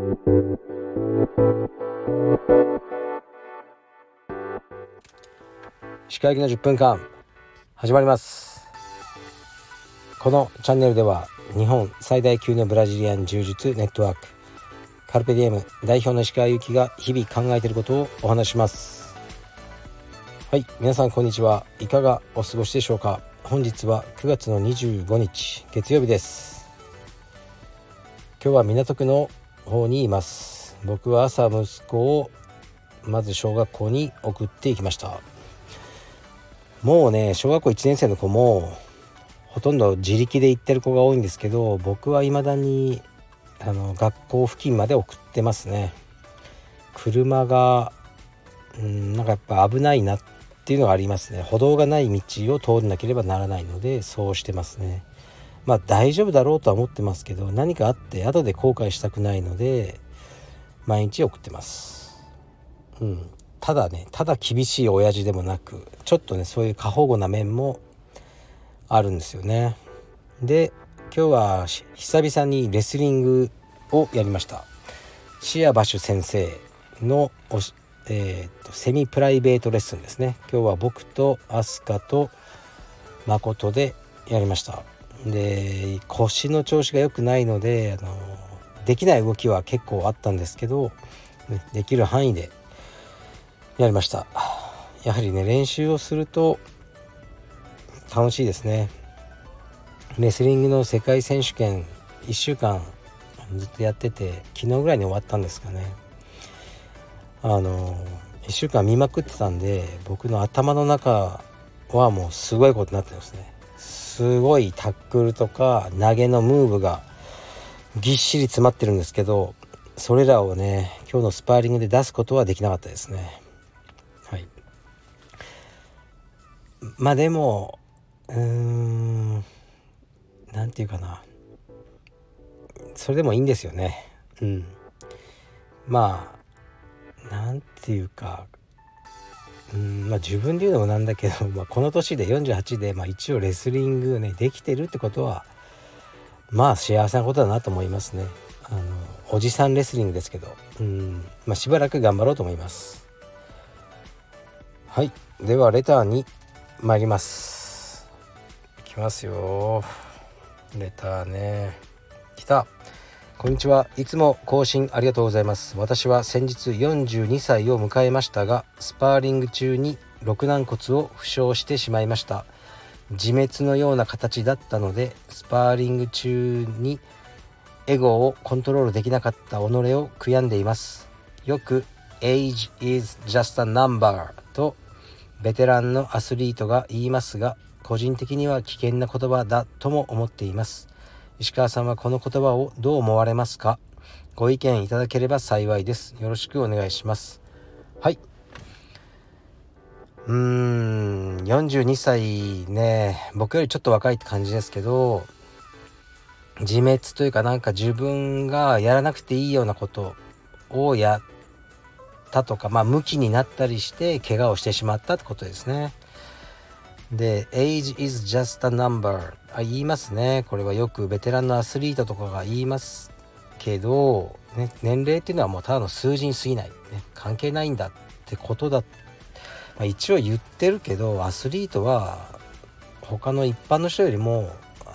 石川行きの10分間始まります。このチャンネルでは日本最大級のブラジリアン柔術ネットワークカルペディエム代表の石川行きが日々考えていることをお話します。はい、皆さんこんにちは。いかがお過ごしでしょうか。本日は9月の25日月曜日です。今日は港区の方にいます。僕は朝息子をまず小学校に送っていきました。もうね、小学校1年生の子もほとんど自力で行ってる子が多いんですけど、僕は未だに学校付近まで送ってますね。車がなんかやっぱ危ないなっていうのがありますね。歩道がない道を通らなければならないのでそうしてますね。まあ大丈夫だろうとは思ってますけど、何かあって後で後悔したくないので毎日送ってます。ただ厳しい親父でもなく、ちょっとねそういう過保護な面もあるんですよね。で、今日は久々にレスリングをやりました。シアバシュ先生のセミプライベートレッスンですね。今日は僕とアスカと誠でやりました。で、腰の調子が良くないのでできない動きは結構あったんですけど、できる範囲でやりました。やはりね、練習をすると楽しいですね。レスリングの世界選手権1週間ずっとやってて、昨日ぐらいに終わったんですかね。1週間見まくってたんで、僕の頭の中はもうすごいことになってますね。すごいタックルとか投げのムーブがぎっしり詰まってるんですけど、それらをね今日のスパーリングで出すことはできなかったですね。はい。まあでもなんていうかな、それでもいいんですよね。まあなんていうか、自分で言うのもなんだけど、この年で48で、一応レスリングねできてるってことは幸せなことだなと思いますね。おじさんレスリングですけど、しばらく頑張ろうと思います。はい、ではレターに参ります。いきますよ。レターね、来た。こんにちは。いつも更新ありがとうございます。私は先日42歳を迎えましたが、スパーリング中に肋軟骨を負傷してしまいました。自滅のような形だったので、スパーリング中にエゴをコントロールできなかった己を悔やんでいます。よく Age is just a number とベテランのアスリートが言いますが、個人的には危険な言葉だとも思っています。石川さんはこの言葉をどう思われますか？ご意見いただければ幸いです。よろしくお願いします。はい。42歳ね、僕よりちょっと若いって感じですけど、自滅というか、なんか自分がやらなくていいようなことをやったとか、ムキになったりして怪我をしてしまったってことですね。で、 Age is just a number 言いますね。これはよくベテランのアスリートとかが言いますけど、年齢っていうのはもうただの数字に過ぎない、関係ないんだってことだ。一応言ってるけど、アスリートは他の一般の人よりも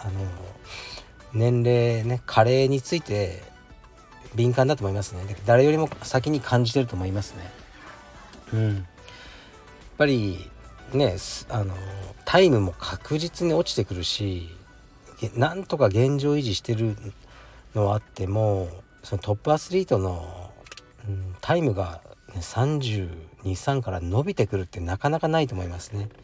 年齢加齢について敏感だと思いますね。誰よりも先に感じてると思いますね。やっぱりね、タイムも確実に落ちてくるし、なんとか現状維持してるのはあっても、そのトップアスリートの、タイムが、32、3から伸びてくるってなかなかないと思いますね。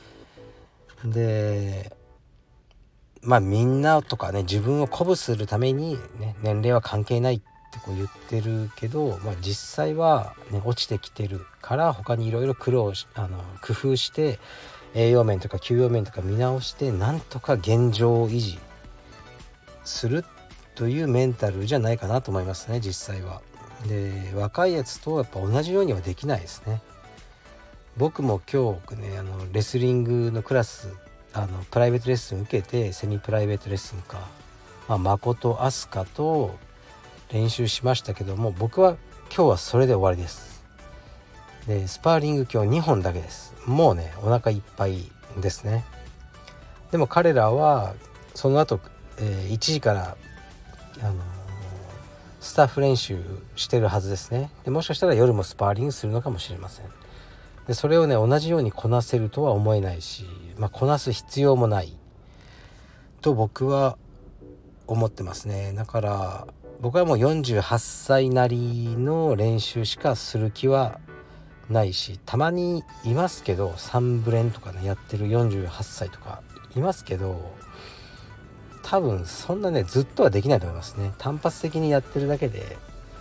で、みんなとかね、自分を鼓舞するために、年齢は関係ないってこう言ってるけど、実際は、落ちてきてるから他にいろいろ工夫して栄養面とか給与面とか見直してなんとか現状を維持するというメンタルじゃないかなと思いますね、実際は。で、若いやつとやっぱ同じようにはできないですね。僕も今日ね、レスリングのクラスプライベートレッスン受けて、セミプライベートレッスンか、誠、アスカと練習しましたけども、僕は今日はそれで終わりです。でスパーリング今日2本だけです。もうねお腹いっぱいですね。でも彼らはその後、1時からスタッフ練習してるはずですね。でもしかしたら夜もスパーリングするのかもしれません。でそれをね同じようにこなせるとは思えないし、こなす必要もないと僕は思ってますね。だから僕はもう48歳なりの練習しかする気はないし、たまにいますけど3ブレンとかねやってる48歳とかいますけど、多分そんなねずっとはできないと思いますね。単発的にやってるだけで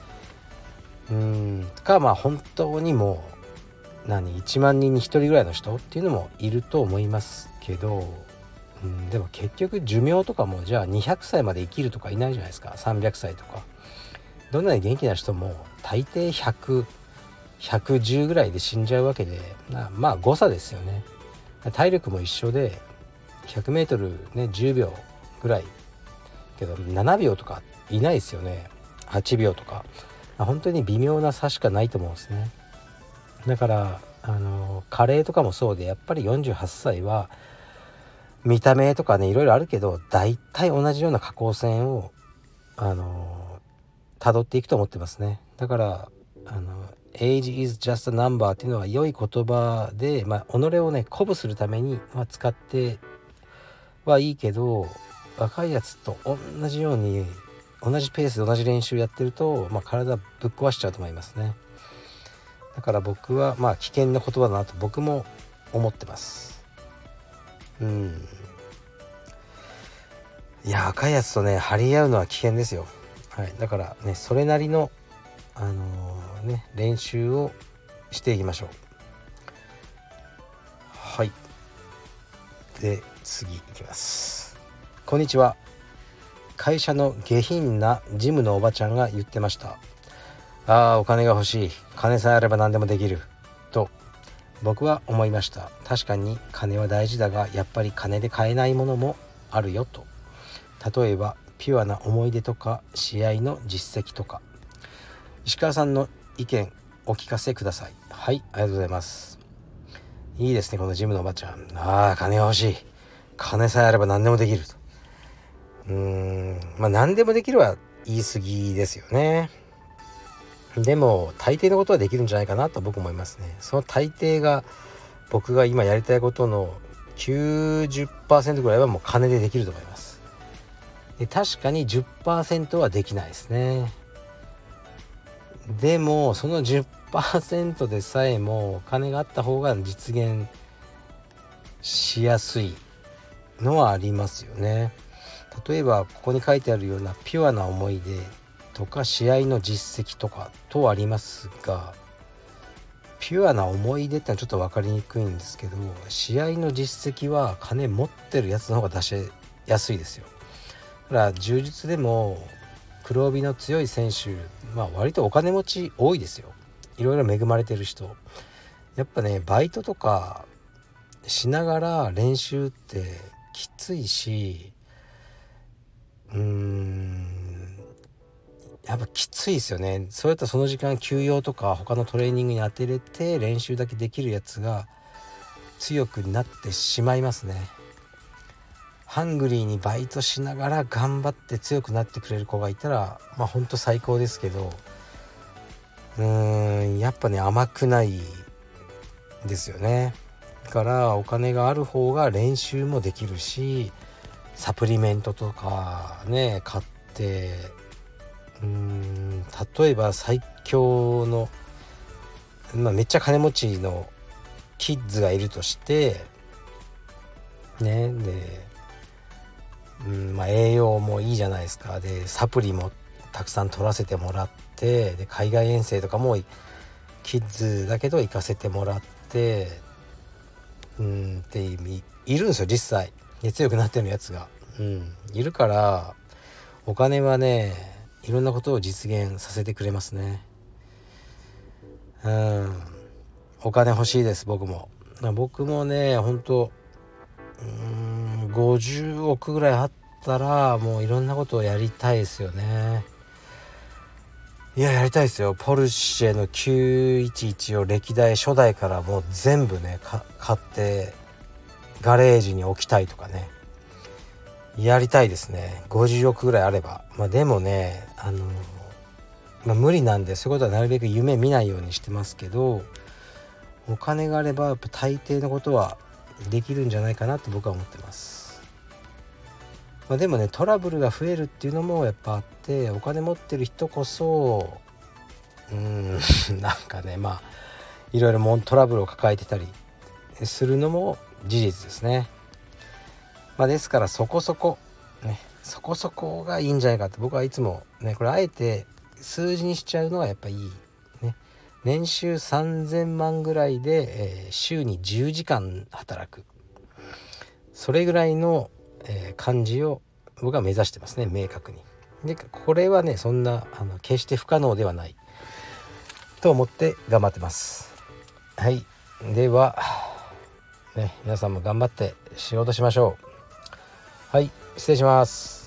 本当にもう1万人に1人ぐらいの人っていうのもいると思いますけど、でも結局寿命とかもじゃあ200歳まで生きるとかいないじゃないですか。300歳とかどんなに元気な人も大抵100、110ぐらいで死んじゃうわけで、誤差ですよね。体力も一緒で 100m ね10秒ぐらいけど7秒とかいないですよね。8秒とか本当に微妙な差しかないと思うんですね。だから加齢とかもそうで、やっぱり48歳は見た目とかねいろいろあるけど大体同じような下降線を辿っていくと思ってますね。だからAge is just a number っていうのは良い言葉で、己をね鼓舞するために、使ってはいいけど、若いやつと同じように同じペースで同じ練習やってると、体ぶっ壊しちゃうと思いますね。だから僕は危険な言葉だなと僕も思ってます。いや若いやつとね張り合うのは危険ですよ。だからねそれなりの練習をしていきましょう。で次いきます。こんにちは。会社の下品なジムのおばちゃんが言ってました。お金が欲しい、金さえあれば何でもできると僕は思いました。確かに金は大事だが、やっぱり金で買えないものもあるよと。例えばピュアな思い出とか試合の実績とか。石川さんの意見お聞かせください。はい、ありがとうございます。いいですねこのジムのおばちゃん。金が欲しい、金さえあれば何でもできると。何でもできるは言い過ぎですよね。でも大抵のことはできるんじゃないかなと僕思いますね。その大抵が僕が今やりたいことの 90% ぐらいはもう金でできると思います。で確かに 10% はできないですね。でもその 10% でさえもお金があった方が実現しやすいのはありますよね。例えばここに書いてあるようなピュアな思い出とか試合の実績とかとありますが、ピュアな思い出ってのはちょっと分かりにくいんですけど、試合の実績は金持ってるやつの方が出しやすいですよ。だから柔術でも黒帯の強い選手、割とお金持ち多いですよ。いろいろ恵まれてる人。やっぱねバイトとかしながら練習ってきついし、やっぱきついですよね。そうやったらその時間休養とか他のトレーニングに当てれて練習だけできるやつが強くなってしまいますね。ハングリーにバイトしながら頑張って強くなってくれる子がいたらほんと最高ですけど、やっぱね甘くないですよね。だからお金がある方が練習もできるし、サプリメントとかね買って、例えば最強の、めっちゃ金持ちのキッズがいるとしてね、で、栄養もいいじゃないですか。でサプリもたくさん取らせてもらって、で海外遠征とかもキッズだけど行かせてもらって、っているんですよ実際。で強くなってるやつが、いるから、お金はねいろんなことを実現させてくれますね。お金欲しいです。僕もね本当50億ぐらいあったらもういろんなことをやりたいですよね。 いや、やりたいですよ。ポルシェの911を歴代初代からもう全部ね買ってガレージに置きたいとかね、やりたいですね。50億ぐらいあれば。でもね無理なんで、そういうことはなるべく夢見ないようにしてますけど、お金があればやっぱ大抵のことはできるんじゃないかなって僕は思ってます。でもね、トラブルが増えるっていうのもやっぱあって、お金持ってる人こそなんかね、いろいろトラブルを抱えてたりするのも事実ですね。ですからそこそこがいいんじゃないかって僕はいつもね、これあえて数字にしちゃうのがやっぱいいね。年収3000万ぐらいで、週に10時間働く、それぐらいの、感じを僕は目指してますね、明確に。でこれはね、そんな決して不可能ではないと思って頑張ってます。はい、ではね、皆さんも頑張って仕事しましょう。はい、失礼します。